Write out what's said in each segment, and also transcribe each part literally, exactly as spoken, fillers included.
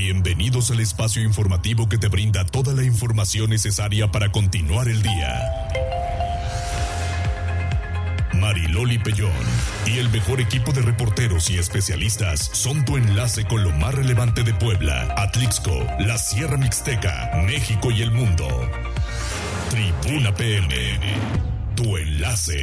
Bienvenidos al espacio informativo que te brinda toda la información necesaria para continuar el día. Mariloli Pellón y el mejor equipo de reporteros y especialistas son tu enlace con lo más relevante de Puebla, Atlixco, la Sierra Mixteca, México y el mundo. Tribuna P M, tu enlace.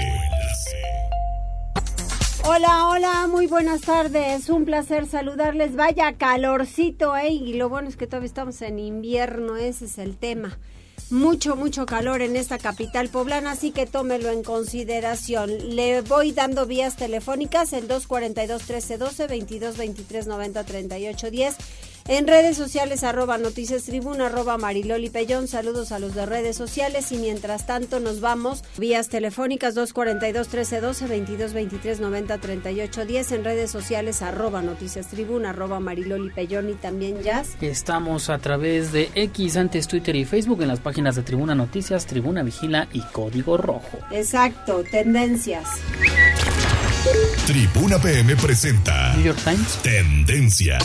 Hola, hola, muy buenas tardes, un placer saludarles. Vaya calorcito, ¿eh? Y lo bueno es que todavía estamos en invierno, ese es el tema. Mucho, mucho calor en esta capital poblana, así que tómelo en consideración. Le voy dando vías telefónicas, el dos cuarenta y dos, trece doce, veintidós veintitrés noventa treinta y ocho diez. En redes sociales, arroba Noticias Tribuna, arroba Mariloli Pellón. Saludos a los de redes sociales y mientras tanto nos vamos. Vías telefónicas dos cuarenta y dos, trece doce, veintidós veintitrés noventa treinta y ocho diez. En redes sociales, arroba Noticias Tribuna, arroba Mariloli Pellón y también Jazz. Estamos a través de X, antes Twitter y Facebook, en las páginas de Tribuna Noticias, Tribuna Vigila y Código Rojo. Exacto, tendencias. Tribuna P M presenta New York Times Tendencias.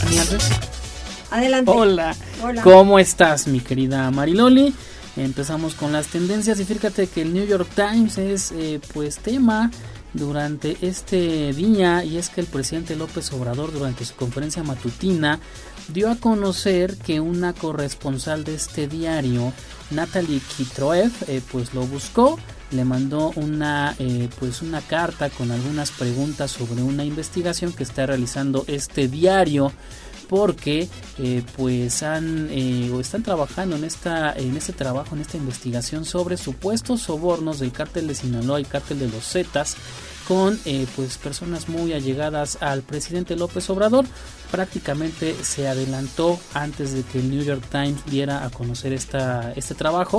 Adelante. Hola. Hola. ¿Cómo estás, mi querida Mariloli? Empezamos con las tendencias y fíjate que el New York Times es eh, pues tema durante este día, y es que el presidente López Obrador durante su conferencia matutina dio a conocer que una corresponsal de este diario, Natalie Kitroev, eh, pues lo buscó, le mandó una eh, pues una carta con algunas preguntas sobre una investigación que está realizando este diario, porque eh, pues han eh, o están trabajando en esta en este trabajo, en esta investigación sobre supuestos sobornos del cártel de Sinaloa y cártel de los Zetas con eh, pues personas muy allegadas al presidente López Obrador. Prácticamente se adelantó antes de que el New York Times diera a conocer esta, este trabajo.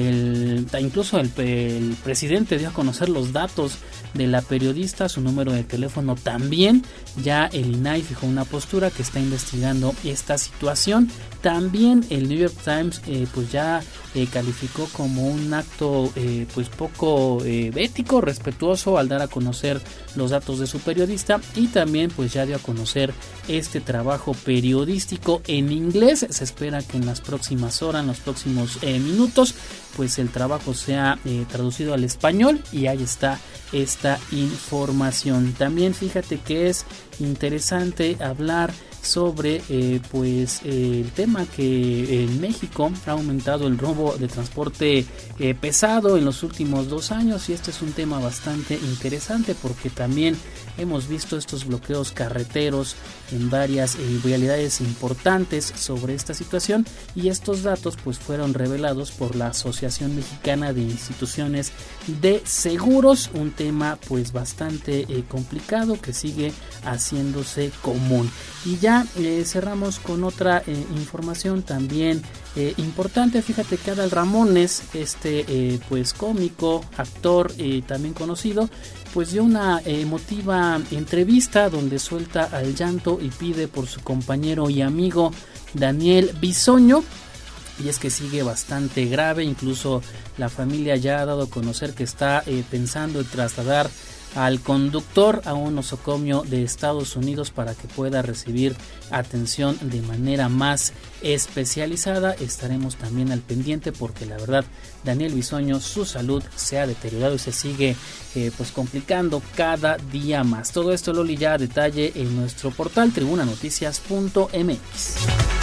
El, incluso el, el presidente dio a conocer los datos de la periodista, su número de teléfono también. Ya el I N A I fijó una postura que está investigando esta situación. También el New York Times eh, pues ya eh, calificó como un acto eh, pues poco eh, ético, respetuoso, al dar a conocer los datos de su periodista, y también pues ya dio a conocer este trabajo periodístico en inglés. Se espera que en las próximas horas, en los próximos eh, minutos, pues el trabajo sea eh, traducido al español, y ahí está esta información. También fíjate que es interesante hablar sobre eh, pues eh, el tema que en México ha aumentado el robo de transporte eh, pesado en los últimos dos años, y este es un tema bastante interesante porque también hemos visto estos bloqueos carreteros en varias eh, vialidades importantes sobre esta situación, y estos datos pues fueron revelados por la Asociación Mexicana de Instituciones de Seguros, un tema pues bastante eh, complicado que sigue haciéndose común. Y ya eh, cerramos con otra eh, información también eh, importante. Fíjate que Adal Ramones, este eh, pues cómico, actor y eh, también conocido, pues dio una eh, emotiva entrevista donde suelta al llanto y pide por su compañero y amigo Daniel Bisoño. Y es que sigue bastante grave, incluso la familia ya ha dado a conocer que está eh, pensando en trasladar al conductor a un nosocomio de Estados Unidos para que pueda recibir atención de manera más especializada. Estaremos también al pendiente porque la verdad Daniel Bisoño, su salud se ha deteriorado y se sigue eh, pues complicando cada día más. Todo esto, Loli, ya a detalle en nuestro portal tribuna noticias punto m x.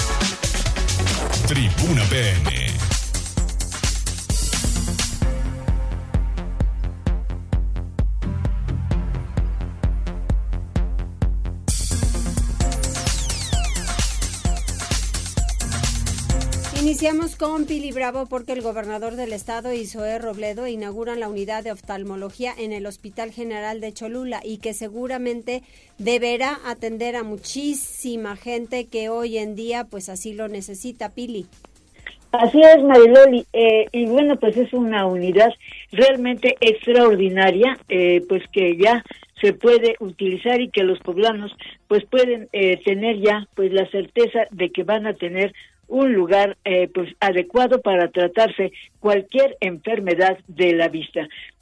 Tribuna P M. Iniciamos con Pili Bravo porque el gobernador del estado y Zoé Robledo inauguran la unidad de oftalmología en el Hospital General de Cholula, y que seguramente deberá atender a muchísima gente que hoy en día pues así lo necesita. Pili. Así es, Mariloli, eh, y bueno, pues es una unidad realmente extraordinaria, eh, pues que ya se puede utilizar y que los poblanos pues pueden eh, tener ya pues la certeza de que van a tener un lugar eh, pues adecuado para tratarse cualquier enfermedad de la vista.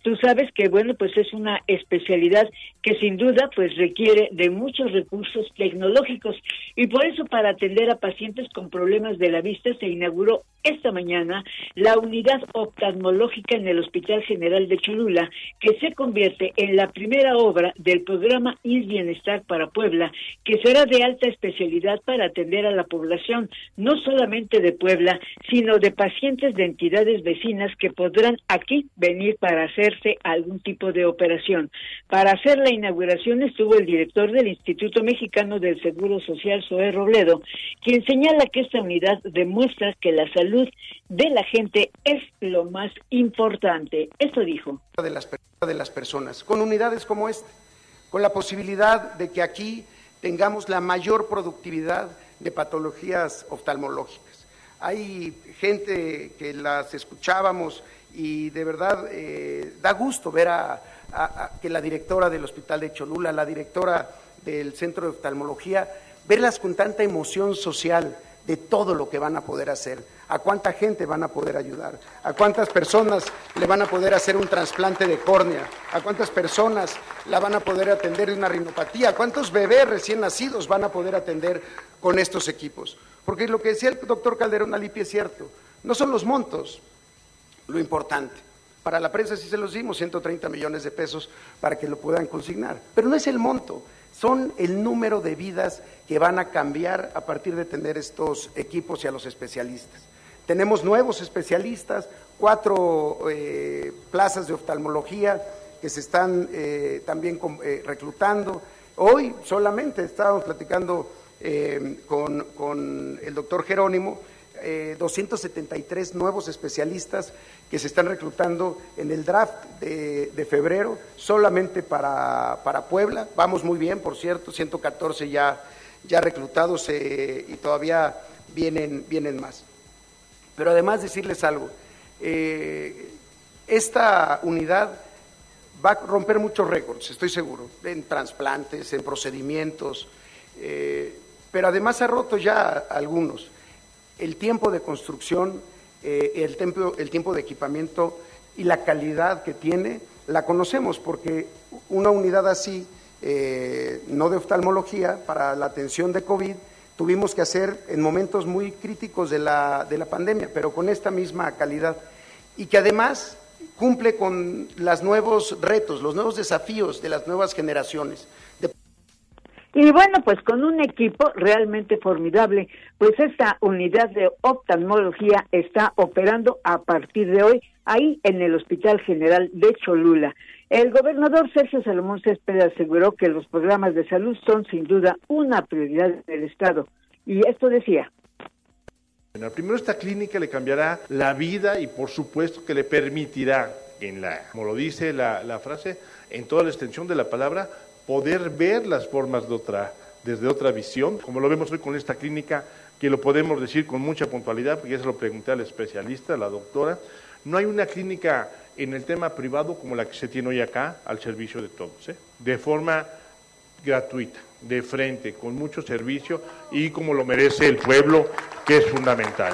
Tú sabes que, bueno, pues es una especialidad que sin duda pues requiere de muchos recursos tecnológicos y por eso para atender a pacientes con problemas de la vista se inauguró esta mañana la unidad oftalmológica en el Hospital General de Cholula, que se convierte en la primera obra del programa I S Bienestar para Puebla, que será de alta especialidad para atender a la población, no solamente de Puebla, sino de pacientes de entidades vecinas que podrán aquí venir para hacerse algún tipo de operación. Para hacer la inauguración estuvo el director del Instituto Mexicano del Seguro Social, Zoé Robledo, quien señala que esta unidad demuestra que la salud de la gente es lo más importante. Esto dijo. De las, de las personas, con unidades como esta, con la posibilidad de que aquí tengamos la mayor productividad de patologías oftalmológicas. Hay gente que las escuchábamos y de verdad eh, da gusto ver a, a, a que la directora del Hospital de Cholula, la directora del Centro de Oftalmología, verlas con tanta emoción social de todo lo que van a poder hacer, a cuánta gente van a poder ayudar, a cuántas personas le van a poder hacer un trasplante de córnea, a cuántas personas la van a poder atender de una rinopatía, a cuántos bebés recién nacidos van a poder atender con estos equipos. Porque lo que decía el doctor Calderón Alipi es cierto, no son los montos lo importante. Para la prensa sí se los dimos, ciento treinta millones de pesos para que lo puedan consignar, pero no es el monto, son el número de vidas que van a cambiar a partir de tener estos equipos y a los especialistas. Tenemos nuevos especialistas, cuatro eh, plazas de oftalmología que se están eh, también eh, reclutando. Hoy solamente estábamos platicando eh, con, con el doctor Jerónimo, eh, doscientos setenta y tres nuevos especialistas que se están reclutando en el draft de, de febrero, solamente para, para Puebla. Vamos muy bien, por cierto, ciento catorce ya, ya reclutados eh, y todavía vienen, vienen más. Pero además decirles algo, eh, esta unidad va a romper muchos récords, estoy seguro, en trasplantes, en procedimientos, eh, pero además ha roto ya algunos. El tiempo de construcción, eh, el, tiempo, el tiempo de equipamiento y la calidad que tiene, la conocemos porque una unidad así, eh, no de oftalmología, para la atención de COVID, tuvimos que hacer en momentos muy críticos de la, de la pandemia, pero con esta misma calidad y que además cumple con los nuevos retos, los nuevos desafíos de las nuevas generaciones. De... Y bueno, pues con un equipo realmente formidable, pues esta unidad de oftalmología está operando a partir de hoy ahí en el Hospital General de Cholula. El gobernador Sergio Salomón Céspedes aseguró que los programas de salud son sin duda una prioridad del Estado. Y esto decía. Bueno, primero esta clínica le cambiará la vida y por supuesto que le permitirá, en la, como lo dice la, la frase, en toda la extensión de la palabra, poder ver las formas de otra, desde otra visión, como lo vemos hoy con esta clínica, que lo podemos decir con mucha puntualidad, porque ya se lo pregunté al especialista, a la doctora. No hay una clínica en el tema privado como la que se tiene hoy acá, al servicio de todos, ¿eh? De forma gratuita, de frente, con mucho servicio y como lo merece el pueblo, que es fundamental.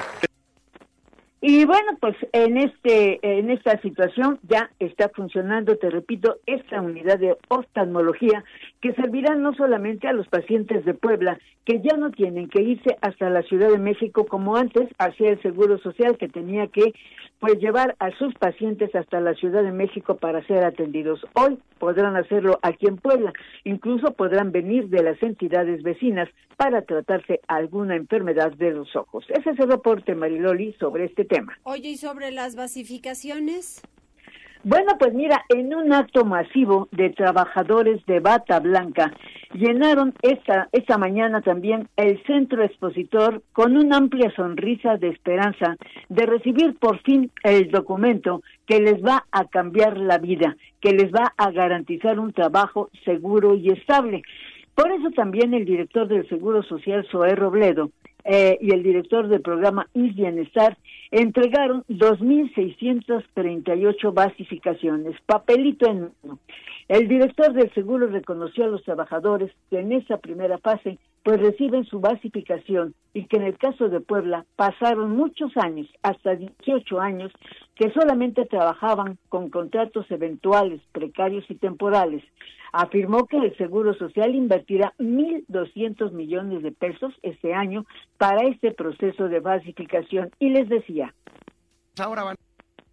Y bueno, pues en este en esta situación ya está funcionando, te repito, esta unidad de oftalmología que servirá no solamente a los pacientes de Puebla, que ya no tienen que irse hasta la Ciudad de México como antes hacía el Seguro Social, que tenía que pues llevar a sus pacientes hasta la Ciudad de México para ser atendidos. Hoy podrán hacerlo aquí en Puebla, incluso podrán venir de las entidades vecinas para tratarse alguna enfermedad de los ojos. Ese es el reporte, Mariloli, sobre este tema. Oye, ¿y sobre las basificaciones? Bueno, pues mira, en un acto masivo de trabajadores de bata blanca, llenaron esta, esta mañana también el centro expositor con una amplia sonrisa de esperanza de recibir por fin el documento que les va a cambiar la vida, que les va a garantizar un trabajo seguro y estable. Por eso también el director del Seguro Social, Zoé Robledo, eh, y el director del programa I S Bienestar entregaron dos mil seiscientas treinta y ocho basificaciones, papelito en mano. El director del seguro reconoció a los trabajadores que en esa primera fase pues reciben su basificación y que en el caso de Puebla pasaron muchos años, hasta dieciocho años, que solamente trabajaban con contratos eventuales, precarios y temporales. Afirmó que el Seguro Social invertirá mil doscientos millones de pesos este año para este proceso de basificación y les decía. Ahora van,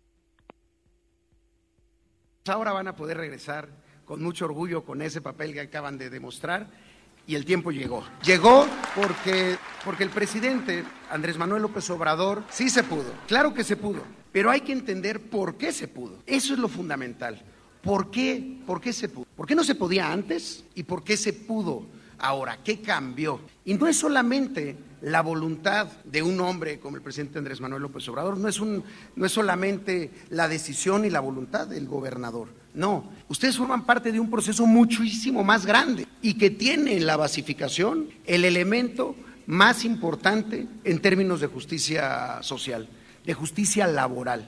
ahora van a poder regresar con mucho orgullo con ese papel que acaban de demostrar. Y el tiempo llegó. Llegó porque, porque el presidente Andrés Manuel López Obrador sí se pudo, claro que se pudo, pero hay que entender por qué se pudo. Eso es lo fundamental. ¿Por qué? ¿Por qué se pudo? ¿Por qué no se podía antes y por qué se pudo ahora? ¿Qué cambió? Y no es solamente la voluntad de un hombre como el presidente Andrés Manuel López Obrador, no es, un, no es solamente la decisión y la voluntad del gobernador. No, ustedes forman parte de un proceso muchísimo más grande y que tiene en la basificación el elemento más importante en términos de justicia social, de justicia laboral.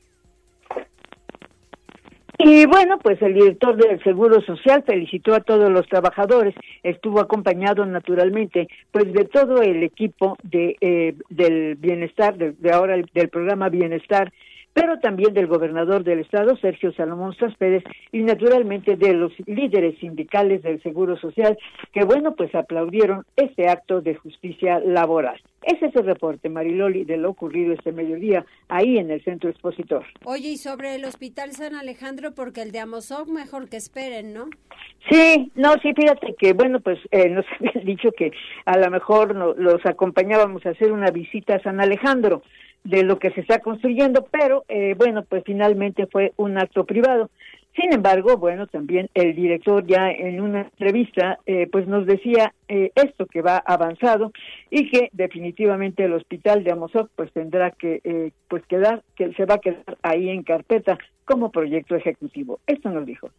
Y bueno, pues el director del Seguro Social felicitó a todos los trabajadores, estuvo acompañado naturalmente pues de todo el equipo de eh, del bienestar, de, de ahora el, del programa Bienestar, pero también del gobernador del estado, Sergio Salomón Céspedes, y naturalmente de los líderes sindicales del Seguro Social, que bueno, pues aplaudieron este acto de justicia laboral. Ese es el reporte, Mariloli, de lo ocurrido este mediodía ahí en el Centro Expositor. Oye, y sobre el Hospital San Alejandro, porque el de Amozoc mejor que esperen, ¿no? Sí, no, sí, fíjate que, bueno, pues eh, nos habían dicho que a lo mejor no, los acompañábamos a hacer una visita a San Alejandro, de lo que se está construyendo, pero eh, bueno, pues finalmente fue un acto privado. Sin embargo, bueno, también el director ya en una entrevista eh, pues nos decía eh, esto, que va avanzado y que definitivamente el hospital de Amozoc pues tendrá que eh, pues quedar, que se va a quedar ahí en carpeta como proyecto ejecutivo. Esto nos dijo.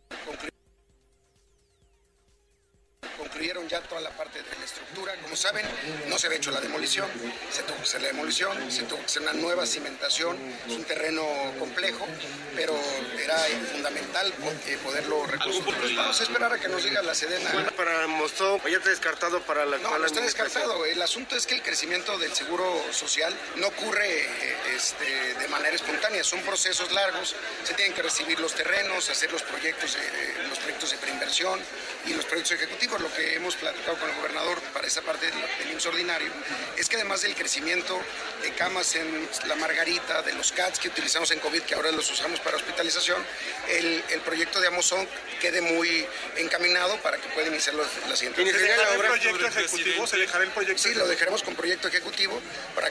Concluyeron ya toda la parte de la estructura. Como saben, no se había hecho la demolición, se tuvo que hacer la demolición, se tuvo que hacer una nueva cimentación. Es un terreno complejo, pero era fundamental poderlo reconstruir. Vamos a esperar a que nos diga la Sedena. Bueno, para Mosto, ya está descartado para la... No, no está descartado. El asunto es que el crecimiento del Seguro Social no ocurre este, de manera espontánea. Son procesos largos. Se tienen que recibir los terrenos, hacer los proyectos, eh, los proyectos de preinversión y los proyectos ejecutivos. Lo que hemos platicado con el gobernador para esa parte del, del I M S S ordinario es que además del crecimiento de camas en La Margarita, de los C A Ts que utilizamos en COVID, que ahora los usamos para hospitalización, el, el proyecto de Amozoc quede muy encaminado para que pueda iniciar los, la siguiente. ¿Se dejará el proyecto ejecutivo? ¿Se dejará el proyecto? Sí, lo dejaremos con proyecto ejecutivo para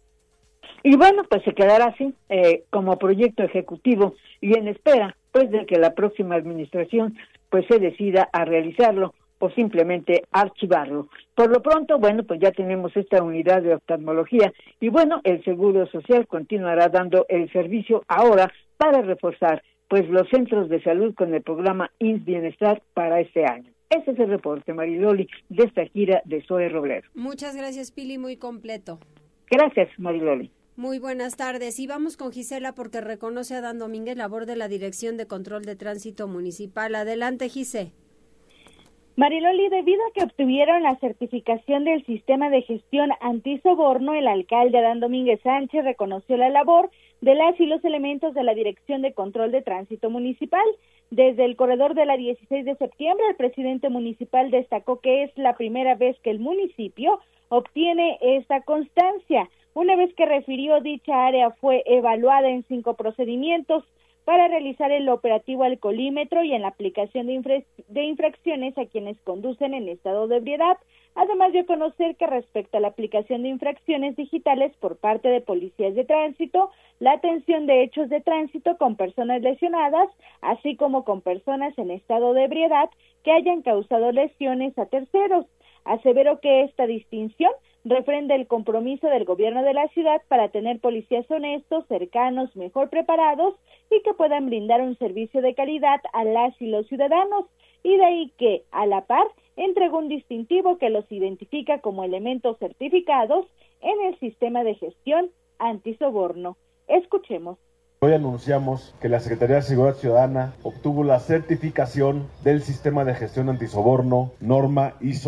Y bueno, pues se quedará así, eh, como proyecto ejecutivo y en espera, pues, de que la próxima administración, pues, se decida a realizarlo o simplemente archivarlo. Por lo pronto, bueno, pues ya tenemos esta unidad de oftalmología y bueno, el Seguro Social continuará dando el servicio ahora para reforzar, pues, los centros de salud con el programa I M S S Bienestar para este año. Ese es el reporte, Mariloli, de esta gira de Zoe Robledo. Muchas gracias, Pili, muy completo. Gracias, Mariloli. Muy buenas tardes. Y vamos con Gisela porque reconoce a Dan Domínguez labor de la Dirección de Control de Tránsito Municipal. Adelante, Gise. Mariloli, debido a que obtuvieron la certificación del sistema de gestión antisoborno, el alcalde Adán Domínguez Sánchez reconoció la labor de las y los elementos de la Dirección de Control de Tránsito Municipal. Desde el corredor de la dieciséis de septiembre, el presidente municipal destacó que es la primera vez que el municipio obtiene esta constancia. Una vez que refirió, dicha área fue evaluada en cinco procedimientos para realizar el operativo alcoholímetro y en la aplicación de, infra- de infracciones a quienes conducen en estado de ebriedad. Además dio a conocer que respecto a la aplicación de infracciones digitales por parte de policías de tránsito, la atención de hechos de tránsito con personas lesionadas, así como con personas en estado de ebriedad que hayan causado lesiones a terceros. Aseveró que esta distinción refrenda el compromiso del gobierno de la ciudad para tener policías honestos, cercanos, mejor preparados y que puedan brindar un servicio de calidad a las y los ciudadanos, y de ahí que, a la par, entregó un distintivo que los identifica como elementos certificados en el sistema de gestión antisoborno. Escuchemos. Hoy anunciamos que la Secretaría de Seguridad Ciudadana obtuvo la certificación del sistema de gestión antisoborno norma I S O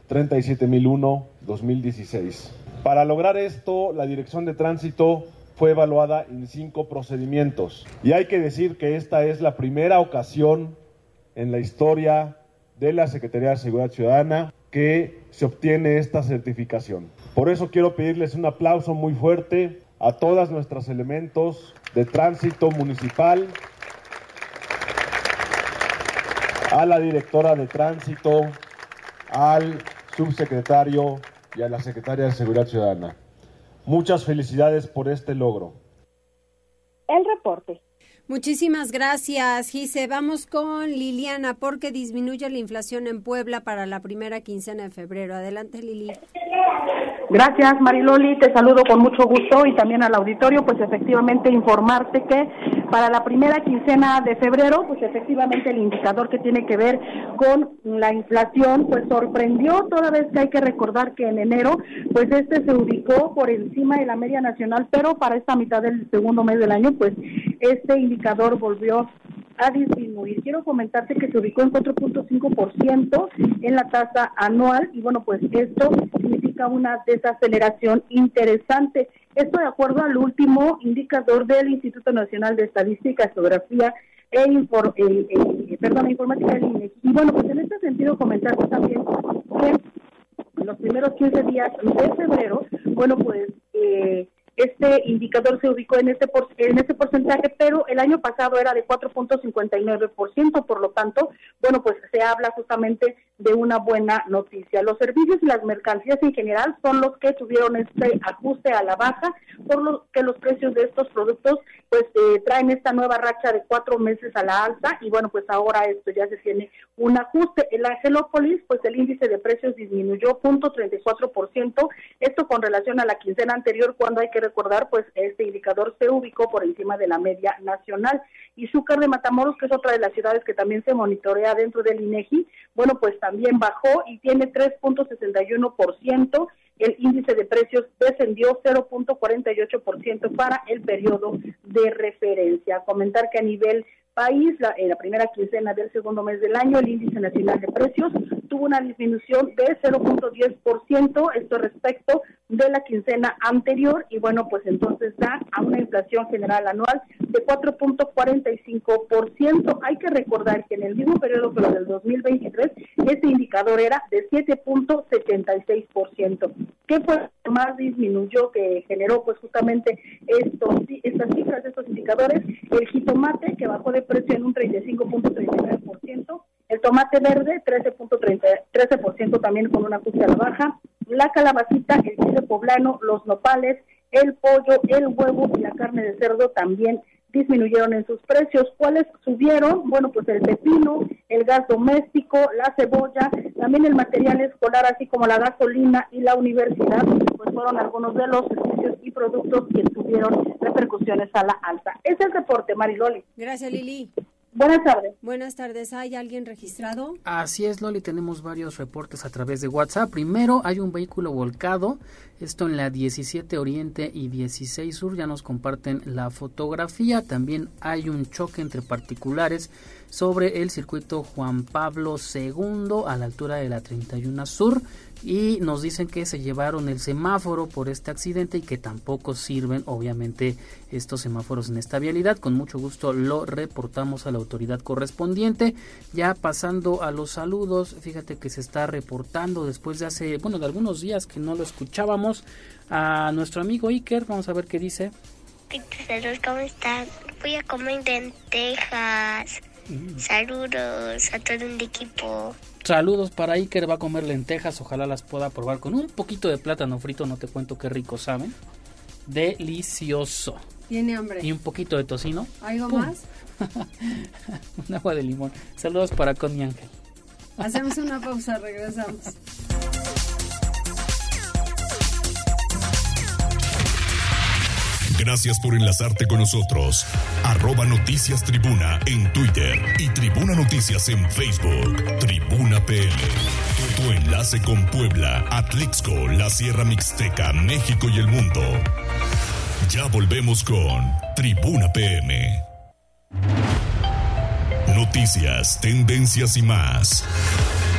treinta y siete mil uno guion dos mil dieciséis. Para lograr esto, la Dirección de Tránsito fue evaluada en cinco procedimientos. Y hay que decir que esta es la primera ocasión en la historia de la Secretaría de Seguridad Ciudadana que se obtiene esta certificación. Por eso quiero pedirles un aplauso muy fuerte a todas nuestros elementos de tránsito municipal, a la directora de tránsito, al subsecretario y a la secretaria de Seguridad Ciudadana. Muchas felicidades por este logro. El reporte. Muchísimas gracias, Gise. Vamos con Liliana, porque disminuye la inflación en Puebla para la primera quincena de febrero. Adelante, Lili. Gracias, Mariloli. Te saludo con mucho gusto y también al auditorio. Pues efectivamente informarte que para la primera quincena de febrero, pues efectivamente el indicador que tiene que ver con la inflación, pues sorprendió, toda vez que hay que recordar que en enero, pues este se ubicó por encima de la media nacional, pero para esta mitad del segundo mes del año, pues este indicador volvió a disminuir. Quiero comentarte que se ubicó en cuatro punto cinco por ciento en la tasa anual y bueno, pues esto significa una desaceleración interesante. Esto de acuerdo al último indicador del Instituto Nacional de Estadística, Geografía e Infor, eh, eh, perdón, Informática del INEGI. Y bueno, pues en este sentido comentarte también que en los primeros quince días de febrero, bueno, pues eh, este indicador se ubicó en este por, en este porcentaje, pero el año pasado era de cuatro punto cincuenta y nueve por ciento, por lo tanto, bueno, pues se habla justamente de una buena noticia. Los servicios y las mercancías en general son los que tuvieron este ajuste a la baja, por lo que los precios de estos productos pues eh, traen esta nueva racha de cuatro meses a la alza y bueno, pues ahora esto ya se tiene un ajuste. En la Angelópolis, pues el índice de precios disminuyó cero punto treinta y cuatro por ciento, esto con relación a la quincena anterior, cuando hay que recordar, pues este indicador se ubicó por encima de la media nacional. Y Xúcar de Matamoros, que es otra de las ciudades que también se monitorea dentro del INEGI, bueno, pues también bajó y tiene tres punto sesenta y uno por ciento. El índice de precios descendió cero punto cuarenta y ocho por ciento para el periodo de referencia. Comentar que a nivel país, la, en la primera quincena del segundo mes del año, el índice nacional de precios tuvo una disminución de cero punto diez por ciento, esto respecto de la quincena anterior, y bueno, pues entonces da a una inflación general anual de cuatro punto cuarenta y cinco por ciento. Hay que recordar que en el mismo periodo, pero del dos mil veintitrés, este indicador era de siete punto setenta y seis por ciento. ¿Qué fue lo que más disminuyó, que generó pues justamente estos, estas cifras, estos indicadores? El jitomate, que bajó de precio en un treinta y cinco punto treinta y nueve por ciento, el tomate verde trece punto trece por ciento también con un ajuste a la baja, la calabacita, el chile poblano, los nopales, el pollo, el huevo y la carne de cerdo también disminuyeron en sus precios. ¿Cuáles subieron? Bueno, pues el pepino, el gas doméstico, la cebolla, también el material escolar, así como la gasolina y la universidad, pues fueron algunos de los servicios y productos que tuvieron repercusiones a la alza. Es el reporte, Mariloli. Gracias, Lili. Buenas tardes. Buenas tardes. ¿Hay alguien registrado? Así es, Loli, tenemos varios reportes a través de WhatsApp. Primero, hay un vehículo volcado, esto en la diecisiete Oriente y dieciséis Sur, ya nos comparten la fotografía. También hay un choque entre particulares sobre el circuito Juan Pablo segundo a la altura de la treinta y uno Sur, y nos dicen que se llevaron el semáforo por este accidente y que tampoco sirven obviamente estos semáforos en esta vialidad. Con mucho gusto lo reportamos a la autoridad correspondiente. Ya pasando a los saludos, fíjate que se está reportando después de hace, bueno, de algunos días que no lo escuchábamos, a nuestro amigo Iker. Vamos a ver qué dice. Saludos, ¿cómo están? Voy a comer lentejas. Mm. Saludos a todo el equipo. Saludos para Iker, va a comer lentejas, ojalá las pueda probar con un poquito de plátano frito, no te cuento qué rico saben. Delicioso. Tiene hambre. Y un poquito de tocino. ¿Algo ¡pum! más? Un agua de limón. Saludos para Conmi Ángel. Hacemos una pausa, regresamos. Gracias por enlazarte con nosotros. Arroba Noticias Tribuna en Twitter y Tribuna Noticias en Facebook. Tribuna P M. Tu, tu enlace con Puebla, Atlixco, la Sierra Mixteca, México y el mundo. Ya volvemos con Tribuna P M. Noticias, tendencias y más.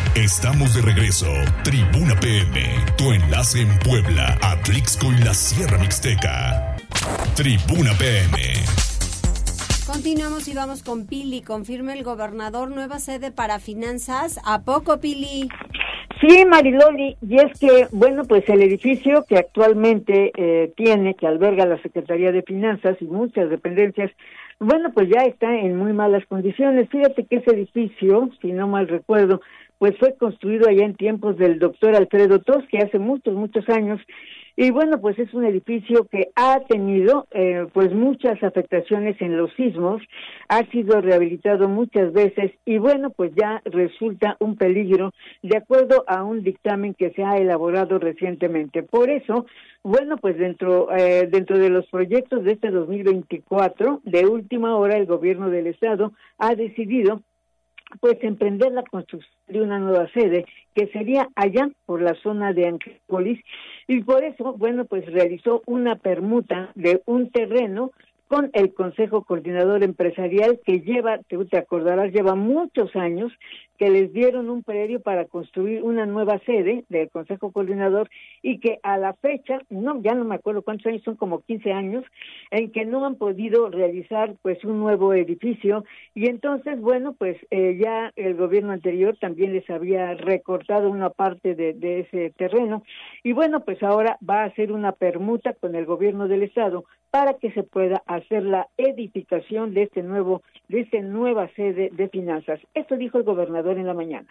Estamos de regreso. Tribuna P M, tu enlace en Puebla, Atlixco y la Sierra Mixteca. Tribuna P M. Continuamos y vamos con Pili. Confirma el gobernador nueva sede para finanzas. ¿A poco, Pili? Sí, Mariloli, y es que, bueno, pues el edificio que actualmente eh, tiene, que alberga la Secretaría de Finanzas y muchas dependencias, bueno, pues ya está en muy malas condiciones. Fíjate que ese edificio, si no mal recuerdo, pues fue construido allá en tiempos del doctor Alfredo Toschi, hace muchos, muchos años, y bueno, pues es un edificio que ha tenido eh, pues muchas afectaciones en los sismos, ha sido rehabilitado muchas veces y bueno, pues ya resulta un peligro de acuerdo a un dictamen que se ha elaborado recientemente. Por eso, bueno, pues dentro eh, dentro de los proyectos de este dos mil veinticuatro, de última hora el gobierno del estado ha decidido pues emprender la construcción de una nueva sede que sería allá por la zona de Angelópolis y por eso, bueno, pues realizó una permuta de un terreno con el Consejo Coordinador Empresarial que lleva, tú te acordarás, lleva muchos años que les dieron un predio para construir una nueva sede del Consejo Coordinador y que a la fecha, no, ya no me acuerdo cuántos años, son como quince años, en que no han podido realizar pues un nuevo edificio y entonces, bueno, pues eh, ya el gobierno anterior también les había recortado una parte de, de ese terreno y bueno, pues ahora va a hacer una permuta con el gobierno del estado para que se pueda hacer la edificación de este nuevo, de esta nueva sede de finanzas. Esto dijo el gobernador en la mañana.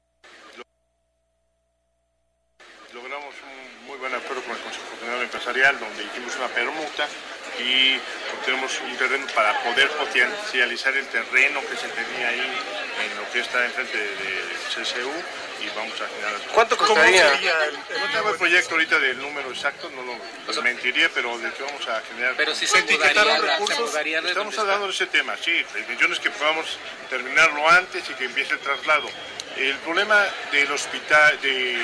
Logramos un muy buen acuerdo con el Consejo Coordinador Empresarial, donde hicimos una permuta y obtenemos un terreno para poder potencializar el terreno que se tenía ahí en lo que está enfrente del C C U y vamos a generar... ¿Cuánto costaría? No tengo el proyecto ahorita del número exacto, no lo o sea, mentiría, pero de que vamos a generar... Pero si se etiquetaron recursos... Estamos hablando de ese tema, sí, la intención es que podamos terminarlo antes y que empiece el traslado. El problema del hospital, de,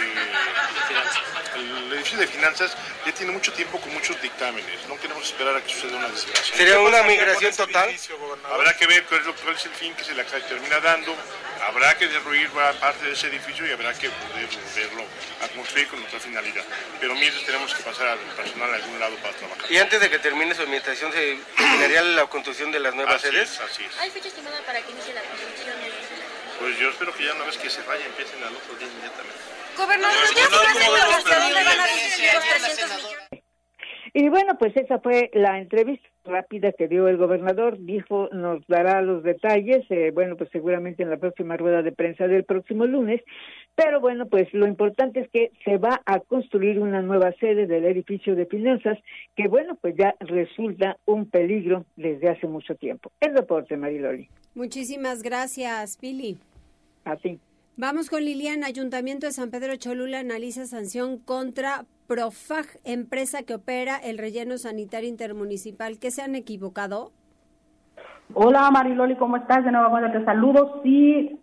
el edificio de finanzas, ya tiene mucho tiempo con muchos dictámenes. No queremos esperar a que suceda una desgracia. ¿Sería una migración total? Habrá que ver cuál es, cuál es el fin que se le termina dando. Habrá que derruir parte de ese edificio y habrá que poder volverlo a construir con otra finalidad. Pero mientras tenemos que pasar al personal a algún lado para trabajar. ¿Y antes de que termine su administración se terminaría la construcción de las nuevas así sedes? Es, así es. ¿Hay fecha estimada para que inicie la construcción de Pues yo espero que ya una vez que se vaya empiecen al otro día inmediatamente. Gobernador, ¿ya hacia dónde van a dirigir los trescientos millones? Y bueno, pues esa fue la entrevista rápida que dio el gobernador. Dijo, nos dará los detalles, eh, bueno, pues seguramente en la próxima rueda de prensa del próximo lunes. Pero bueno, pues lo importante es que se va a construir una nueva sede del edificio de finanzas, que bueno, pues ya resulta un peligro desde hace mucho tiempo. El reporte, Mariloli. Muchísimas gracias, Pili. A ti. Vamos con Liliana. Ayuntamiento de San Pedro Cholula analiza sanción contra Profag, empresa que opera el relleno sanitario intermunicipal. ¿Qué se han equivocado? Hola Mariloli, ¿cómo estás? De nuevo cuenta te saludo. Sí,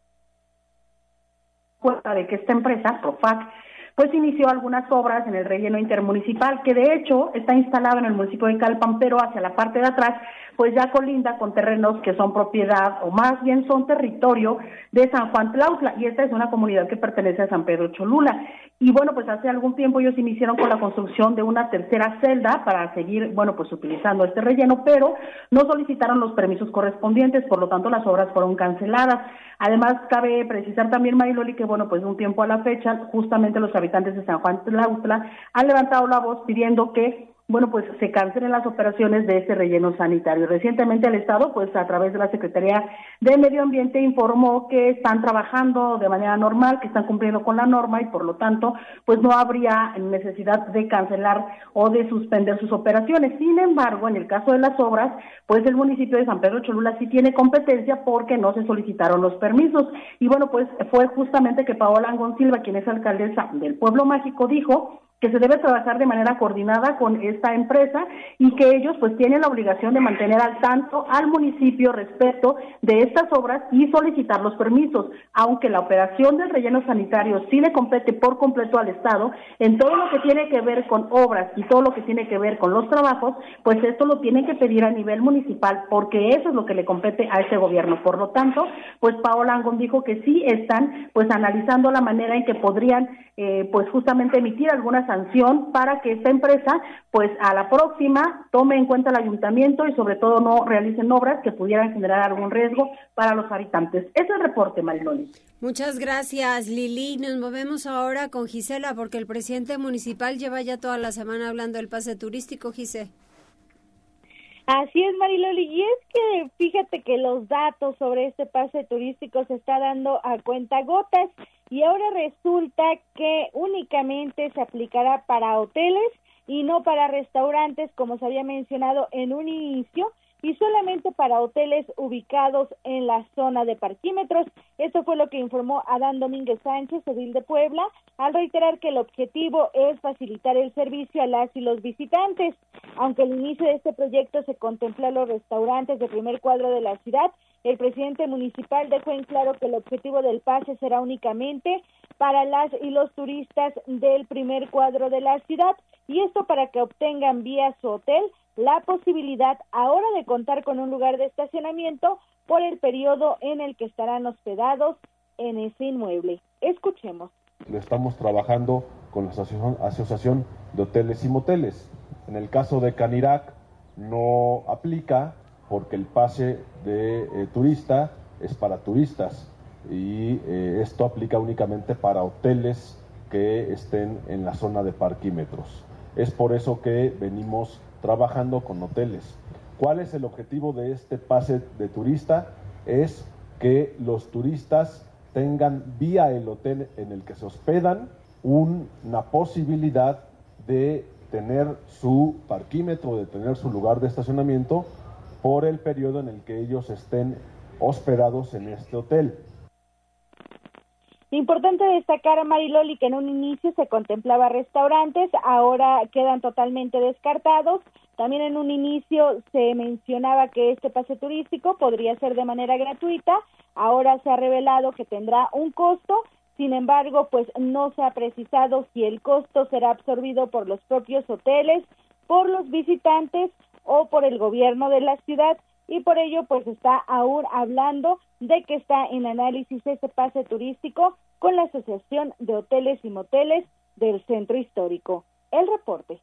cuenta de que esta empresa, Profag, pues inició algunas obras en el relleno intermunicipal, que de hecho está instalado en el municipio de Calpan, pero hacia la parte de atrás, pues ya colinda con terrenos que son propiedad, o más bien son territorio de San Juan Tlautla, y esta es una comunidad que pertenece a San Pedro Cholula. Y bueno, pues hace algún tiempo ellos iniciaron con la construcción de una tercera celda para seguir, bueno, pues utilizando este relleno, pero no solicitaron los permisos correspondientes, por lo tanto las obras fueron canceladas. Además, cabe precisar también, Mariloli, que bueno, pues de un tiempo a la fecha, justamente los habitantes de San Juan Tlautla han levantado la voz pidiendo que bueno, pues se cancelen las operaciones de este relleno sanitario. Recientemente el Estado, pues a través de la Secretaría de Medio Ambiente, informó que están trabajando de manera normal, que están cumpliendo con la norma y por lo tanto, pues no habría necesidad de cancelar o de suspender sus operaciones. Sin embargo, en el caso de las obras, pues el municipio de San Pedro Cholula sí tiene competencia porque no se solicitaron los permisos. Y bueno, pues fue justamente que Paola Angón Silva, quien es alcaldesa del Pueblo Mágico, dijo que se debe trabajar de manera coordinada con esta empresa y que ellos pues tienen la obligación de mantener al tanto al municipio respecto de estas obras y solicitar los permisos, aunque la operación del relleno sanitario sí le compete por completo al Estado, en todo lo que tiene que ver con obras y todo lo que tiene que ver con los trabajos, pues esto lo tienen que pedir a nivel municipal, porque eso es lo que le compete a ese gobierno. Por lo tanto, pues Paola Angón dijo que sí están pues analizando la manera en que podrían eh, pues justamente emitir alguna sanción para que esta empresa pues a la próxima tome en cuenta el ayuntamiento y sobre todo no realicen obras que pudieran generar algún riesgo para los habitantes. Ese es el reporte, Mariloli. Muchas gracias, Lili. Nos movemos ahora con Gisela porque el presidente municipal lleva ya toda la semana hablando del pase turístico, Gisela. Así es, Mariloli, y es que fíjate que los datos sobre este pase turístico se está dando a cuentagotas y ahora resulta que únicamente se aplicará para hoteles y no para restaurantes, como se había mencionado en un inicio, y solamente para hoteles ubicados en la zona de parquímetros. Esto fue lo que informó Adán Domínguez Sánchez, edil de Puebla, al reiterar que el objetivo es facilitar el servicio a las y los visitantes. Aunque al inicio de este proyecto se contempla los restaurantes de primer cuadro de la ciudad, el presidente municipal dejó en claro que el objetivo del pase será únicamente para las y los turistas del primer cuadro de la ciudad, y esto para que obtengan vía su hotel la posibilidad ahora de contar con un lugar de estacionamiento por el periodo en el que estarán hospedados en ese inmueble. Escuchemos. Estamos trabajando con la asociación, asociación de hoteles y moteles. En el caso de Canirac no aplica porque el pase de eh, turista es para turistas y eh, esto aplica únicamente para hoteles que estén en la zona de parquímetros. Es por eso que venimos trabajando con hoteles. ¿Cuál es el objetivo de este pase de turista? Es que los turistas tengan vía el hotel en el que se hospedan una posibilidad de tener su parquímetro, de tener su lugar de estacionamiento por el periodo en el que ellos estén hospedados en este hotel. Importante destacar, Mariloli, que en un inicio se contemplaba restaurantes, ahora quedan totalmente descartados. También en un inicio se mencionaba que este pase turístico podría ser de manera gratuita, ahora se ha revelado que tendrá un costo. Sin embargo, pues no se ha precisado si el costo será absorbido por los propios hoteles, por los visitantes o por el gobierno de la ciudad, y por ello pues está aún hablando de que está en análisis este pase turístico con la Asociación de Hoteles y Moteles del Centro Histórico. El reporte.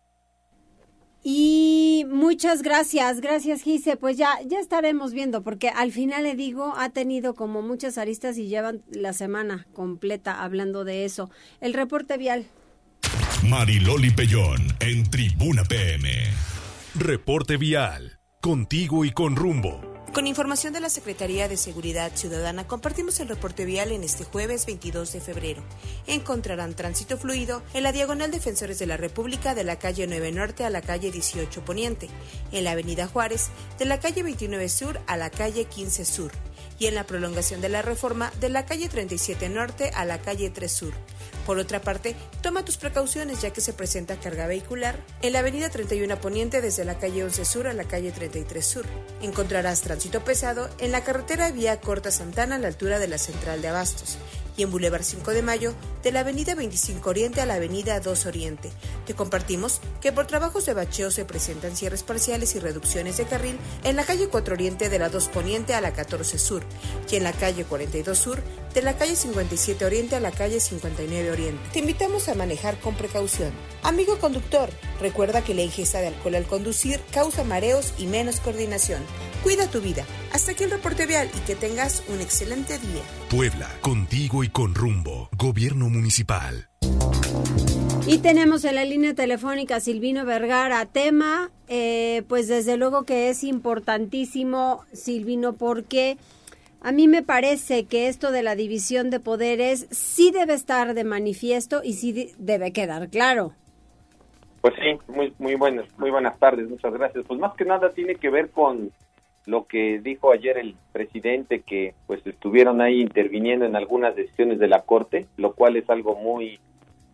Y muchas gracias, gracias Gise, pues ya, ya estaremos viendo, porque al final le digo, ha tenido como muchas aristas y llevan la semana completa hablando de eso. El reporte vial. Mariloli Pellón en Tribuna P M. Reporte vial, contigo y con rumbo. Con información de la Secretaría de Seguridad Ciudadana, compartimos el reporte vial en este jueves veintidós de febrero. Encontrarán tránsito fluido en la diagonal Defensores de la República de la calle nueve Norte a la calle dieciocho Poniente, en la avenida Juárez de la calle veintinueve Sur a la calle quince Sur y en la prolongación de la Reforma de la calle treinta y siete Norte a la calle tres Sur. Por otra parte, toma tus precauciones ya que se presenta carga vehicular en la avenida treinta y uno Poniente desde la calle once Sur a la calle treinta y tres Sur. Encontrarás tránsito pesado en la carretera vía Corta Santana a la altura de la Central de Abastos y en Boulevard cinco de Mayo de la avenida veinticinco Oriente a la avenida dos Oriente. Te compartimos que por trabajos de bacheo se presentan cierres parciales y reducciones de carril en la calle cuatro Oriente de la dos Poniente a la catorce Sur y en la calle cuarenta y dos Sur de la calle cincuenta y siete Oriente a la calle cincuenta y nueve Oriente. Te invitamos a manejar con precaución. Amigo conductor, recuerda que la ingesta de alcohol al conducir causa mareos y menos coordinación. Cuida tu vida. Hasta aquí el reporte vial y que tengas un excelente día. Puebla, contigo y con rumbo. Gobierno municipal. Y tenemos en la línea telefónica a Silvino Vergara. Tema, eh, pues desde luego que es importantísimo, Silvino, porque a mí me parece que esto de la división de poderes sí debe estar de manifiesto y sí debe quedar claro. Pues sí, muy muy buenas, muy buenas tardes, muchas gracias. Pues más que nada tiene que ver con lo que dijo ayer el presidente, que pues estuvieron ahí interviniendo en algunas decisiones de la Corte, lo cual es algo muy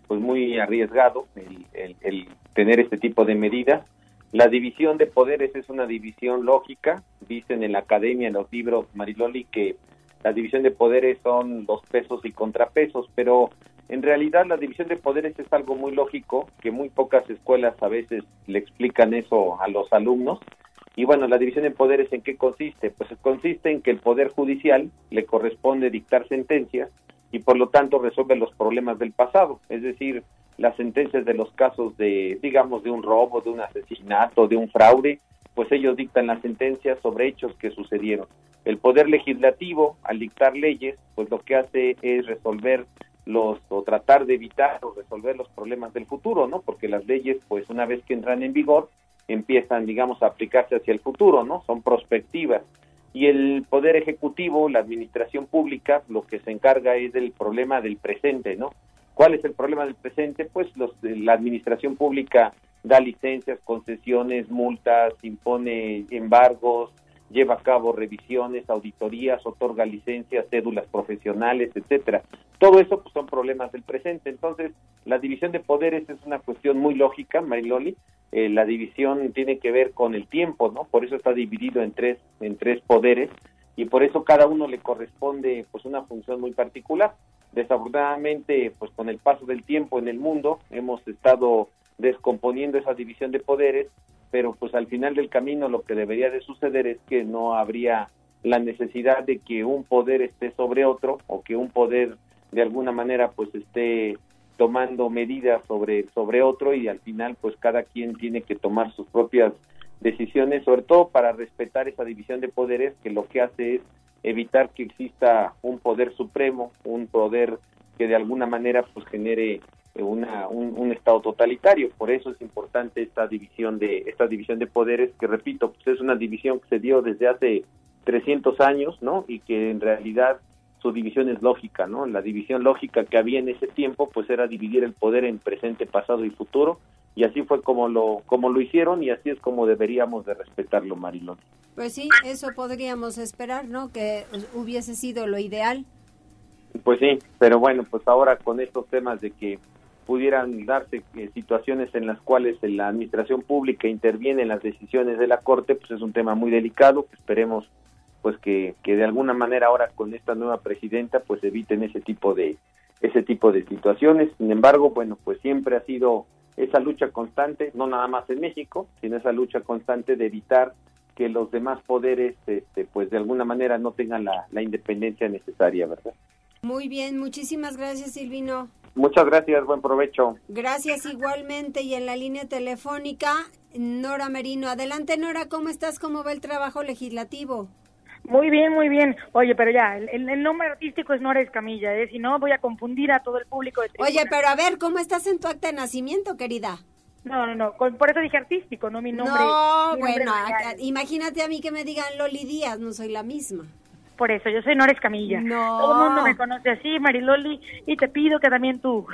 pues muy arriesgado el, el, el tener este tipo de medidas. La división de poderes es una división lógica, dicen en la academia, en los libros, Mariloli, que la división de poderes son los pesos y contrapesos, pero en realidad la división de poderes es algo muy lógico, que muy pocas escuelas a veces le explican eso a los alumnos. Y bueno, la división de poderes, ¿en qué consiste? Pues consiste en que el Poder Judicial le corresponde dictar sentencias y por lo tanto resuelve los problemas del pasado, es decir, las sentencias de los casos de, digamos, de un robo, de un asesinato, de un fraude, pues ellos dictan las sentencias sobre hechos que sucedieron. El Poder Legislativo, al dictar leyes, pues lo que hace es resolver los, o tratar de evitar o resolver los problemas del futuro, ¿no? Porque las leyes, pues una vez que entran en vigor, empiezan, digamos, a aplicarse hacia el futuro, ¿no? Son prospectivas. Y el Poder Ejecutivo, la administración pública, lo que se encarga es del problema del presente, ¿no? ¿Cuál es el problema del presente? Pues los, la administración pública da licencias, concesiones, multas, impone embargos, lleva a cabo revisiones, auditorías, otorga licencias, cédulas profesionales, etcétera. Todo eso pues, son problemas del presente. Entonces, la división de poderes es una cuestión muy lógica, Mariloli. Eh, la división tiene que ver con el tiempo, ¿no? Por eso está dividido en tres, en tres poderes y por eso cada uno le corresponde pues una función muy particular. Desafortunadamente, pues con el paso del tiempo en el mundo hemos estado descomponiendo esa división de poderes, pero pues al final del camino lo que debería de suceder es que no habría la necesidad de que un poder esté sobre otro o que un poder de alguna manera pues esté tomando medidas sobre sobre otro y al final pues cada quien tiene que tomar sus propias decisiones, sobre todo para respetar esa división de poderes que lo que hace es evitar que exista un poder supremo, un poder que de alguna manera pues genere una un, un estado totalitario. Por eso es importante esta división de esta división de poderes que repito, pues es una división que se dio desde hace trescientos años, ¿no? Y que en realidad su división es lógica, ¿no? La división lógica que había en ese tiempo pues era dividir el poder en presente, pasado y futuro, y así fue como lo como lo hicieron y así es como deberíamos de respetarlo, Marilón. Pues sí, eso podríamos esperar, ¿no? Que hubiese sido lo ideal. Pues sí, pero bueno, pues ahora con estos temas de que pudieran darse eh, situaciones en las cuales la administración pública interviene en las decisiones de la Corte, pues es un tema muy delicado, que esperemos pues que, que de alguna manera ahora con esta nueva presidenta pues eviten ese tipo de ese tipo de situaciones. Sin embargo, bueno, pues siempre ha sido esa lucha constante, no nada más en México, sino esa lucha constante de evitar que los demás poderes este pues de alguna manera no tengan la, la independencia necesaria, ¿verdad? Muy bien, muchísimas gracias, Silvino. Muchas gracias, buen provecho. Gracias igualmente, y en la línea telefónica, Nora Merino. Adelante, Nora, ¿cómo estás? ¿Cómo va el trabajo legislativo? Muy bien, muy bien. Oye, pero ya, el, el nombre artístico es Nora Escamilla, ¿eh? Si no, voy a confundir a todo el público de Tribuna. Oye, pero a ver, ¿cómo estás en tu acta de nacimiento, querida? No, no, no, por eso dije artístico, no mi nombre. No, mi bueno, nombre a, imagínate a mí que me digan Loli Díaz, no soy la misma. Por eso, yo soy Nora Escamilla. No. Todo el mundo me conoce así, Mariloli, y te pido que también tú.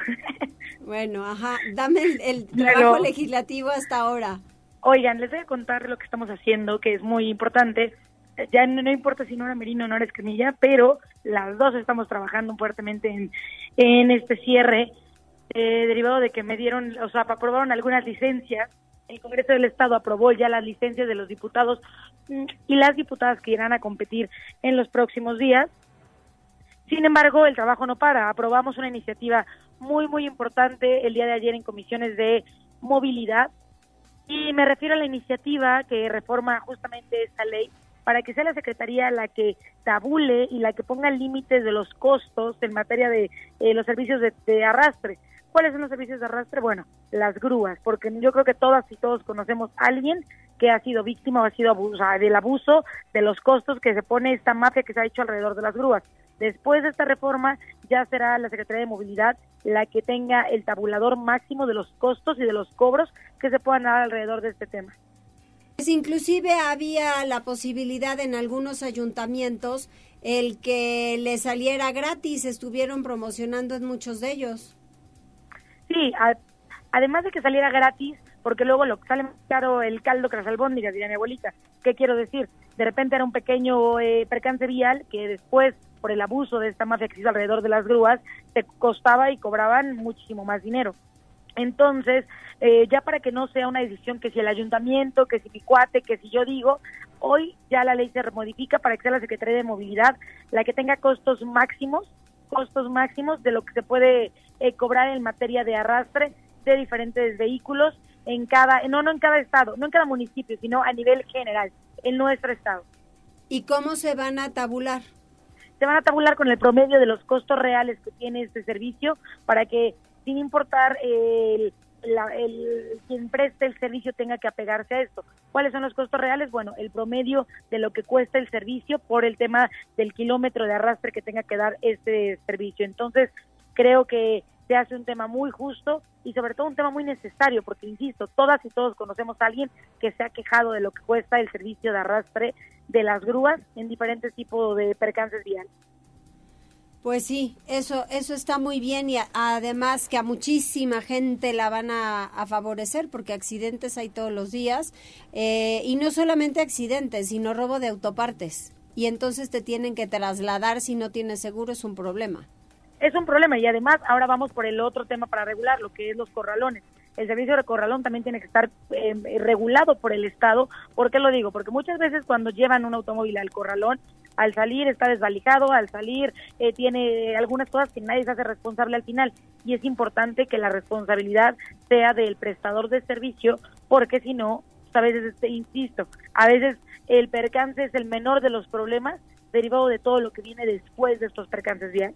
Bueno, ajá, dame el, el trabajo Pero, legislativo hasta ahora. Oigan, les voy a contar lo que estamos haciendo, que es muy importante. Ya no, no importa si Nora Merino o Nora Escamilla, pero las dos estamos trabajando fuertemente en, en este cierre, eh, derivado de que me dieron, o sea, aprobaron algunas licencias. El Congreso del Estado aprobó ya las licencias de los diputados y las diputadas que irán a competir en los próximos días. Sin embargo, el trabajo no para. Aprobamos una iniciativa muy, muy importante el día de ayer en comisiones de movilidad, y me refiero a la iniciativa que reforma justamente esta ley para que sea la Secretaría la que tabule y la que ponga límites de los costos en materia de eh, los servicios de, de arrastre. ¿Cuáles son los servicios de arrastre? Bueno, las grúas, porque yo creo que todas y todos conocemos a alguien que ha sido víctima o ha sido abuso, o sea, del abuso de los costos que se pone esta mafia que se ha hecho alrededor de las grúas. Después de esta reforma ya será la Secretaría de Movilidad la que tenga el tabulador máximo de los costos y de los cobros que se puedan dar alrededor de este tema. Pues inclusive había la posibilidad en algunos ayuntamientos el que le saliera gratis, estuvieron promocionando en muchos de ellos. Sí, a, además de que saliera gratis, porque luego lo sale más caro el caldo que las albóndigas, diría mi abuelita. ¿Qué quiero decir? De repente era un pequeño eh, percance vial que después, por el abuso de esta mafia que existe alrededor de las grúas, te costaba y cobraban muchísimo más dinero. Entonces, eh, ya para que no sea una decisión que si el ayuntamiento, que si mi cuate, que si yo digo, hoy ya la ley se modifica para que sea la Secretaría de Movilidad la que tenga costos máximos, costos máximos de lo que se puede eh, cobrar en materia de arrastre de diferentes vehículos en cada, no, no en cada estado, no en cada municipio, sino a nivel general, en nuestro estado. ¿Y cómo se van a tabular? Se van a tabular con el promedio de los costos reales que tiene este servicio para que, sin importar el, la, el quien preste el servicio, tenga que apegarse a esto. ¿Cuáles son los costos reales? Bueno, el promedio de lo que cuesta el servicio por el tema del kilómetro de arrastre que tenga que dar este servicio. Entonces, creo que se hace un tema muy justo y sobre todo un tema muy necesario, porque insisto, todas y todos conocemos a alguien que se ha quejado de lo que cuesta el servicio de arrastre de las grúas en diferentes tipos de percances viales. Pues sí, eso eso está muy bien y a, además que a muchísima gente la van a, a favorecer porque accidentes hay todos los días eh, y no solamente accidentes, sino robo de autopartes y entonces te tienen que trasladar si no tienes seguro, es un problema. Es un problema y además ahora vamos por el otro tema para regular, lo que es los corralones. El servicio de corralón también tiene que estar eh, regulado por el Estado. ¿Por qué lo digo? Porque muchas veces cuando llevan un automóvil al corralón, al salir está desvalijado, al salir eh, tiene algunas cosas que nadie se hace responsable al final. Y es importante que la responsabilidad sea del prestador de servicio, porque si no, a veces, este, insisto, a veces el percance es el menor de los problemas derivado de todo lo que viene después de estos percances viales.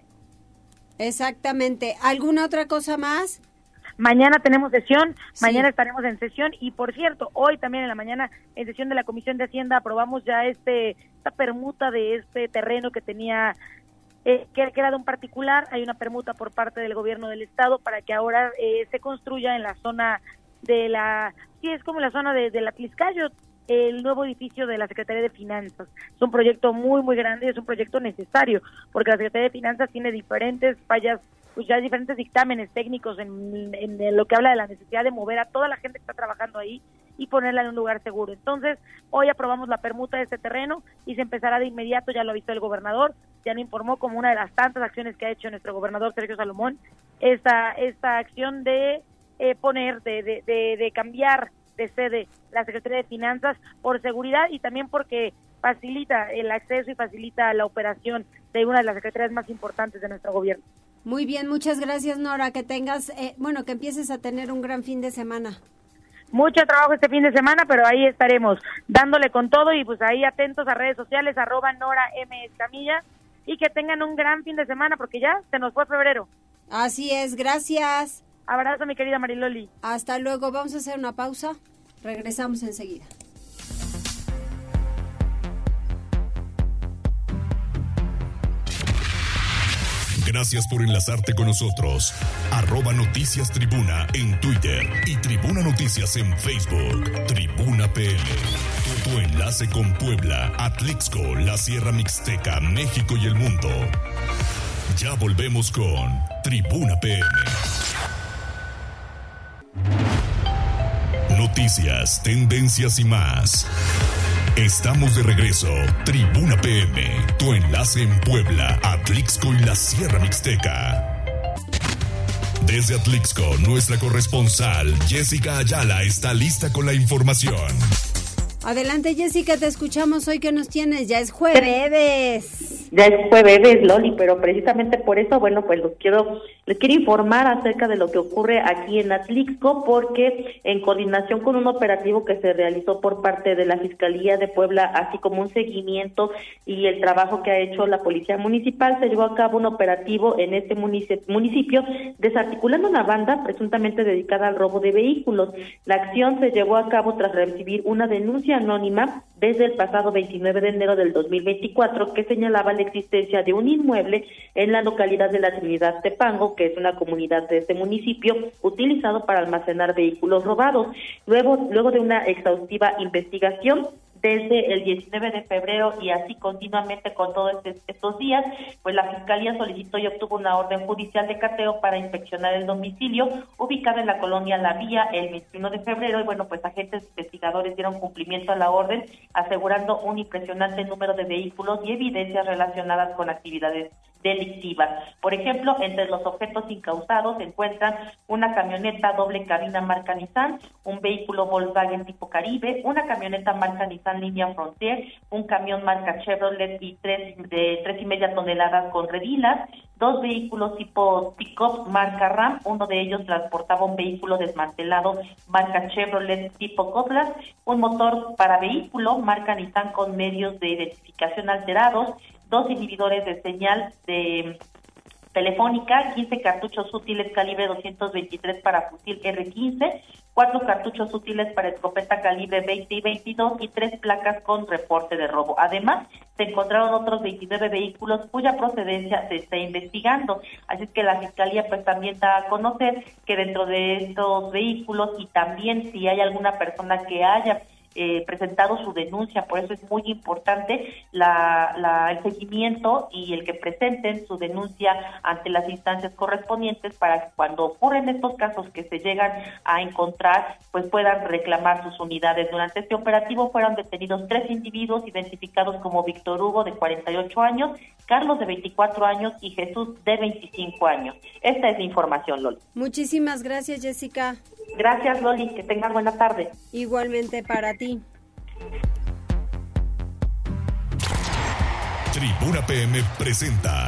Exactamente. ¿Alguna otra cosa más? Mañana tenemos sesión, sí. Mañana estaremos en sesión y por cierto, hoy también en la mañana en sesión de la Comisión de Hacienda aprobamos ya este esta permuta de este terreno que tenía, eh, que, que era de un particular. Hay una permuta por parte del gobierno del estado para que ahora eh, se construya en la zona de la, sí es como la zona de, de la Tliscayo, el nuevo edificio de la Secretaría de Finanzas. Es un proyecto muy, muy grande y es un proyecto necesario, porque la Secretaría de Finanzas tiene diferentes fallas, pues ya diferentes dictámenes técnicos en, en lo que habla de la necesidad de mover a toda la gente que está trabajando ahí y ponerla en un lugar seguro. Entonces, hoy aprobamos la permuta de este terreno y se empezará de inmediato, ya lo ha visto el gobernador, ya lo informó como una de las tantas acciones que ha hecho nuestro gobernador Sergio Salomón, esta, esta acción de eh, poner, de, de, de, de cambiar de sede la Secretaría de Finanzas por seguridad y también porque facilita el acceso y facilita la operación de una de las secretarías más importantes de nuestro gobierno. Muy bien, muchas gracias, Nora, que tengas, eh, bueno, que empieces a tener un gran fin de semana. Mucho trabajo este fin de semana, pero ahí estaremos dándole con todo y pues ahí atentos a redes sociales, arroba Nora M. Escamilla, y que tengan un gran fin de semana porque ya se nos fue febrero. Así es, gracias. Abrazo, mi querida Mariloli. Hasta luego, vamos a hacer una pausa, regresamos enseguida. Gracias por enlazarte con nosotros. Arroba Noticias Tribuna en Twitter y Tribuna Noticias en Facebook. Tribuna P M. Tu, tu enlace con Puebla, Atlixco, la Sierra Mixteca, México y el mundo. Ya volvemos con Tribuna P M. Noticias, tendencias y más. Estamos de regreso. Tribuna P M, tu enlace en Puebla, Atlixco y la Sierra Mixteca. Desde Atlixco, nuestra corresponsal Jessica Ayala está lista con la información. Adelante, Jessica, te escuchamos hoy. ¿Qué nos tienes? Ya es jueves. Ya es jueves, Loli, pero precisamente por eso, bueno, pues los quiero, les quiero informar acerca de lo que ocurre aquí en Atlixco, porque en coordinación con un operativo que se realizó por parte de la Fiscalía de Puebla, así como un seguimiento y el trabajo que ha hecho la Policía Municipal, se llevó a cabo un operativo en este municipio, desarticulando una banda presuntamente dedicada al robo de vehículos. La acción se llevó a cabo tras recibir una denuncia anónima desde el pasado veintinueve de enero del dos mil veinticuatro que señalaba la existencia de un inmueble en la localidad de la Trinidad Tepango, que es una comunidad de este municipio, utilizado para almacenar vehículos robados. Luego, luego de una exhaustiva investigación, desde el diecinueve de febrero y así continuamente con todos este, estos días, pues la Fiscalía solicitó y obtuvo una orden judicial de cateo para inspeccionar el domicilio ubicado en la colonia La Vía el veintiuno de febrero y bueno, pues agentes investigadores dieron cumplimiento a la orden asegurando un impresionante número de vehículos y evidencias relacionadas con actividades delictivas. Por ejemplo, entre los objetos incausados se encuentran una camioneta doble cabina marca Nissan, un vehículo Volkswagen tipo Caribe, una camioneta marca Nissan Línea Frontier, un camión marca Chevrolet y tres de tres y media toneladas con redilas, dos vehículos tipo pick-up marca Ram, uno de ellos transportaba un vehículo desmantelado marca Chevrolet tipo Cutlass, un motor para vehículo marca Nissan con medios de identificación alterados, dos inhibidores de señal de telefónica, quince cartuchos útiles calibre doscientos veintitrés para fusil erre quince, cuatro cartuchos útiles para escopeta calibre veinte y veintidós y tres placas con reporte de robo. Además, se encontraron otros veintinueve vehículos cuya procedencia se está investigando. Así es que la Fiscalía pues también da a conocer que dentro de estos vehículos y también si hay alguna persona que haya Eh, presentado su denuncia, por eso es muy importante la, la, el seguimiento y el que presenten su denuncia ante las instancias correspondientes para que cuando ocurren estos casos que se llegan a encontrar, pues puedan reclamar sus unidades. Durante este operativo fueron detenidos tres individuos identificados como Víctor Hugo de cuarenta y ocho años, Carlos de veinticuatro años y Jesús de veinticinco años. Esta es la información, Loli. Muchísimas gracias, Jessica. Gracias, Loli, que tengas buena tarde. Igualmente para ti. Tribuna P M presenta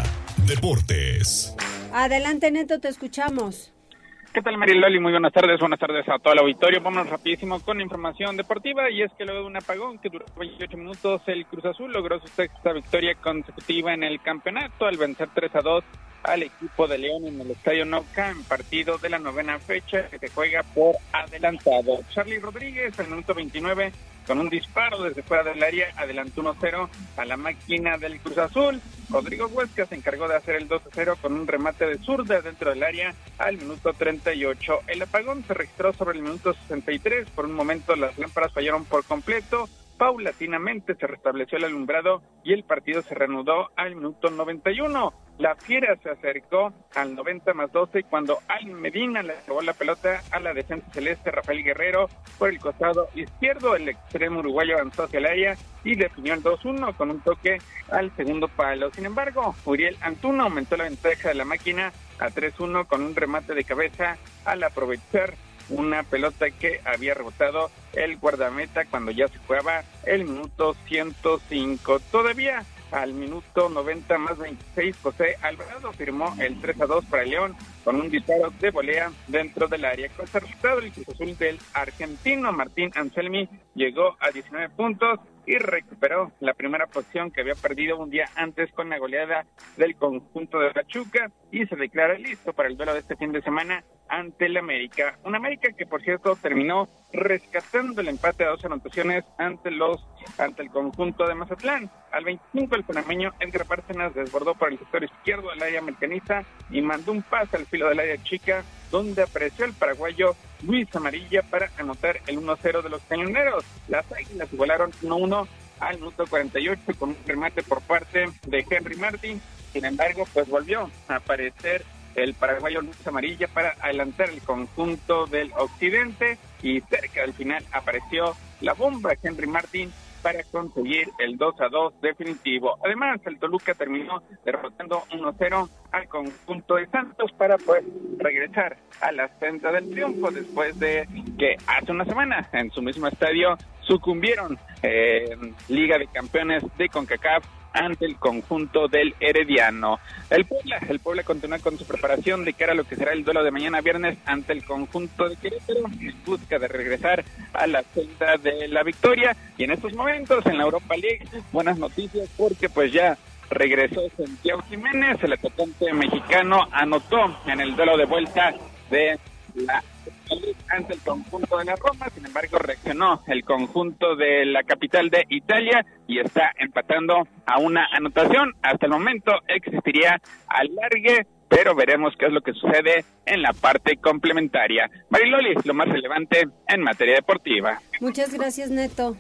Deportes. Adelante, Neto, te escuchamos. ¿Qué tal, Mariloli? Muy buenas tardes, buenas tardes a todo el auditorio. Vamos rapidísimo con información deportiva y es que luego de un apagón que duró veintiocho minutos, el Cruz Azul logró su sexta victoria consecutiva en el campeonato al vencer tres a dos al equipo de León en el Estadio Nauca en partido de la novena fecha que se juega por adelantado. Charly Rodríguez al minuto veintinueve con un disparo desde fuera del área adelantó uno cero a la máquina del Cruz Azul. Rodrigo Huesca se encargó de hacer el dos a cero con un remate de zurda dentro del área al minuto treinta y ocho. El apagón se registró sobre el minuto sesenta y tres. Por un momento las lámparas fallaron por completo. Paulatinamente se restableció el alumbrado y el partido se reanudó al minuto noventa y uno. La Fiera se acercó al noventa más doce cuando Al Medina le robó la pelota a la defensa celeste Rafael Guerrero por el costado izquierdo. El extremo uruguayo avanzó hacia el área y definió el dos uno con un toque al segundo palo. Sin embargo, Uriel Antuna aumentó la ventaja de la máquina a tres uno con un remate de cabeza al aprovechar una pelota que había rebotado el guardameta cuando ya se jugaba el minuto ciento cinco. Todavía al minuto noventa más veintiséis, José Alvarado firmó el tres a dos para León con un disparo de volea dentro del área. Con ese resultado, el Cruz Azul del argentino Martín Anselmi llegó a diecinueve puntos y recuperó la primera posición que había perdido un día antes con la goleada del conjunto de Pachuca y se declara listo para el duelo de este fin de semana ante el América. Un América que, por cierto, terminó rescatando el empate a dos anotaciones ante los ante el conjunto de Mazatlán. Al veinticinco, el panameño Edgar Bárcenas desbordó por el sector izquierdo del área americanista y mandó un pase al filo del área chica, donde apareció el paraguayo Luis Amarilla para anotar el uno cero de los cañoneros. Las Águilas igualaron uno uno al minuto cuarenta y ocho con un remate por parte de Henry Martin. Sin embargo, pues volvió a aparecer el paraguayo Luis Amarilla para adelantar el conjunto del occidente y cerca del final apareció la bomba Henry Martin para conseguir el dos a dos definitivo. Además, el Toluca terminó derrotando uno cero al conjunto de Santos para pues regresar a la senda del triunfo después de que hace una semana en su mismo estadio sucumbieron eh, en Liga de Campeones de CONCACAF ante el conjunto del Herediano. El Puebla, el Puebla continúa con su preparación de cara a lo que será el duelo de mañana viernes ante el conjunto de Querétaro, en busca de regresar a la senda de la victoria. Y en estos momentos en la Europa League, buenas noticias porque pues ya regresó Santiago Jiménez, el atacante mexicano anotó en el duelo de vuelta de la ante el conjunto de la Roma. Sin embargo, reaccionó el conjunto de la capital de Italia y está empatando a una anotación. Hasta el momento existiría alargue, pero veremos qué es lo que sucede en la parte complementaria. Mariloli, lo más relevante en materia deportiva. Muchas gracias, Neto.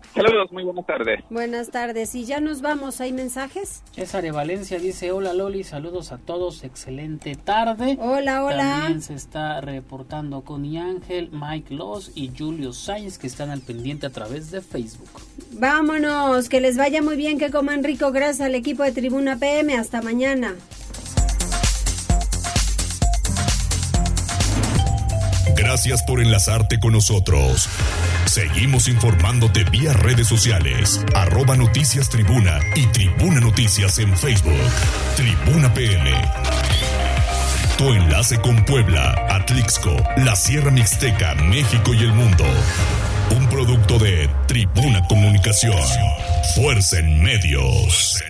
Saludos, muy buenas tardes. Buenas tardes. Y ya nos vamos, ¿hay mensajes? César de Valencia dice, hola Loli, saludos a todos, excelente tarde. Hola, hola. También se está reportando Connie Ángel, Mike Loss y Julio Sáenz, que están al pendiente a través de Facebook. Vámonos, que les vaya muy bien, que coman rico, gracias al equipo de Tribuna P M, hasta mañana. Gracias por enlazarte con nosotros. Seguimos informándote vía redes sociales, arroba Noticias Tribuna y Tribuna Noticias en Facebook. Tribuna P M. Tu enlace con Puebla, Atlixco, la Sierra Mixteca, México y el mundo. Un producto de Tribuna Comunicación. Fuerza en Medios.